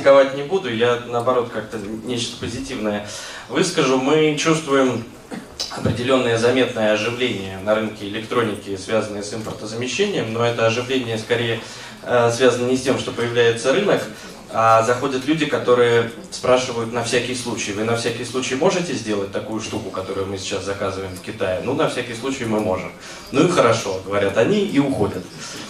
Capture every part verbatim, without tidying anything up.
критиковать не буду, я, наоборот, как-то нечто позитивное выскажу. Мы чувствуем определенное заметное оживление на рынке электроники, связанное с импортозамещением, но это оживление скорее связано не с тем, что появляется рынок, а заходят люди, которые спрашивают на всякий случай: вы на всякий случай можете сделать такую штуку, которую мы сейчас заказываем в Китае? Ну, на всякий случай мы можем. Ну и хорошо, говорят они, и уходят.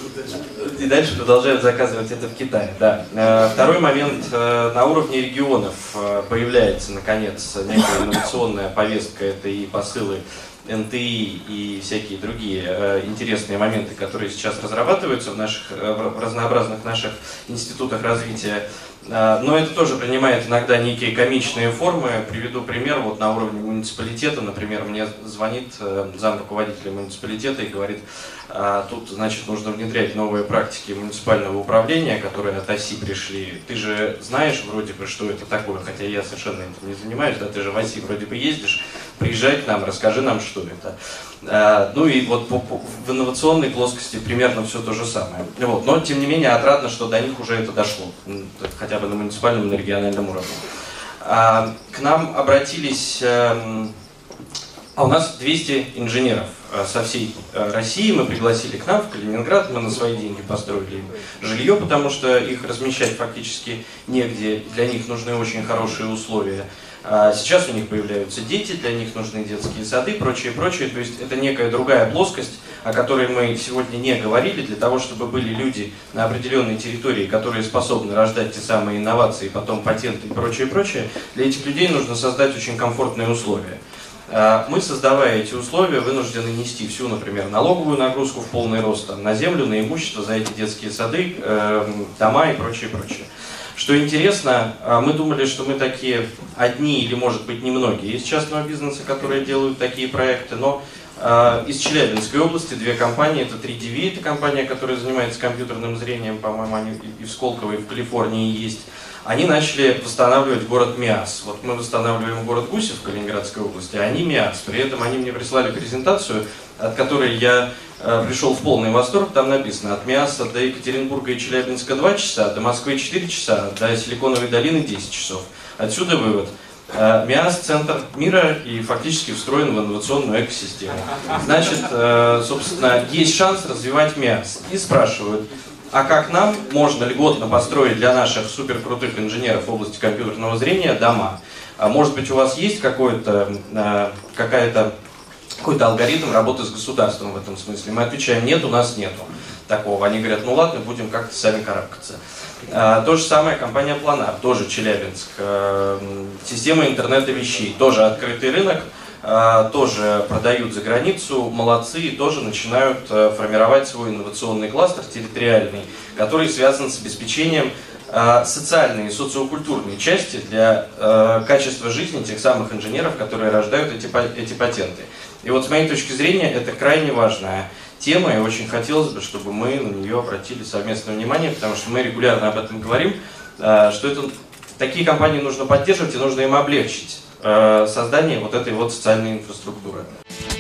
И дальше продолжают заказывать это в Китае. Да. Второй момент. На уровне регионов появляется, наконец, некая инновационная повестка. Это и посылы эн тэ и и всякие другие э, интересные моменты, которые сейчас разрабатываются в, наших, э, в разнообразных наших институтах развития. Э, но это тоже принимает иногда некие комичные формы. Приведу пример. Вот на уровне муниципалитета, например, мне звонит э, зам руководителя муниципалитета и говорит: э, тут, значит, нужно внедрять новые практики муниципального управления, которые от оси пришли. Ты же знаешь вроде бы, что это такое, хотя я совершенно этим не занимаюсь, да, ты же в оси вроде бы ездишь. Приезжай к нам, расскажи нам, что это. А, ну и вот по, по, в инновационной плоскости примерно все то же самое. Вот. Но, тем не менее, отрадно, что до них уже это дошло, хотя бы на муниципальном и на региональном уровне. А, к нам обратились, а, а у нас двести инженеров со всей России мы пригласили к нам в Калининград, мы на свои деньги построили им жилье, потому что их размещать фактически негде, для них нужны очень хорошие условия. Сейчас у них появляются дети, для них нужны детские сады, прочее, прочее. То есть это некая другая плоскость, о которой мы сегодня не говорили. Для того, чтобы были люди на определенной территории, которые способны рождать те самые инновации, потом патенты и прочее, прочее, для этих людей нужно создать очень комфортные условия. Мы, создавая эти условия, вынуждены нести всю, например, налоговую нагрузку в полный рост там, на землю, на имущество, за эти детские сады, дома и прочее, прочее. Что интересно, мы думали, что мы такие одни или, может быть, немногие из частного бизнеса, которые делают такие проекты, но э, из Челябинской области две компании, это три ди ви, это компания, которая занимается компьютерным зрением, по-моему, они и в Сколково, и в Калифорнии есть, они начали восстанавливать город Миасс. Вот мы восстанавливаем город Гусев в Калининградской области, а они Миасс. При этом они мне прислали презентацию, от которой я э, пришел в полный восторг. Там написано: от Миасса до Екатеринбурга и Челябинска два часа, до Москвы четыре часа, до Силиконовой долины десять часов. Отсюда вывод. Э, Миасс – центр мира и фактически встроен в инновационную экосистему. Значит, э, собственно, есть шанс развивать Миасс. И спрашивают: а как нам можно льготно построить для наших суперкрутых инженеров в области компьютерного зрения дома? А может быть, у вас есть какой-то, э, какая-то какой-то алгоритм работы с государством в этом смысле? Мы отвечаем: нет, у нас нету такого. Они говорят: ну ладно, будем как-то сами карабкаться. А, то же самое компания Планар, тоже Челябинск. А, система интернета вещей, тоже открытый рынок, а, тоже продают за границу, молодцы, и тоже начинают а, формировать свой инновационный кластер территориальный, который связан с обеспечением а, социальной и социокультурной части для а, качества жизни тех самых инженеров, которые рождают эти, эти патенты. И вот с моей точки зрения это крайне важная тема, и очень хотелось бы, чтобы мы на нее обратили совместное внимание, потому что мы регулярно об этом говорим, что это, такие компании нужно поддерживать и нужно им облегчить создание вот этой вот социальной инфраструктуры.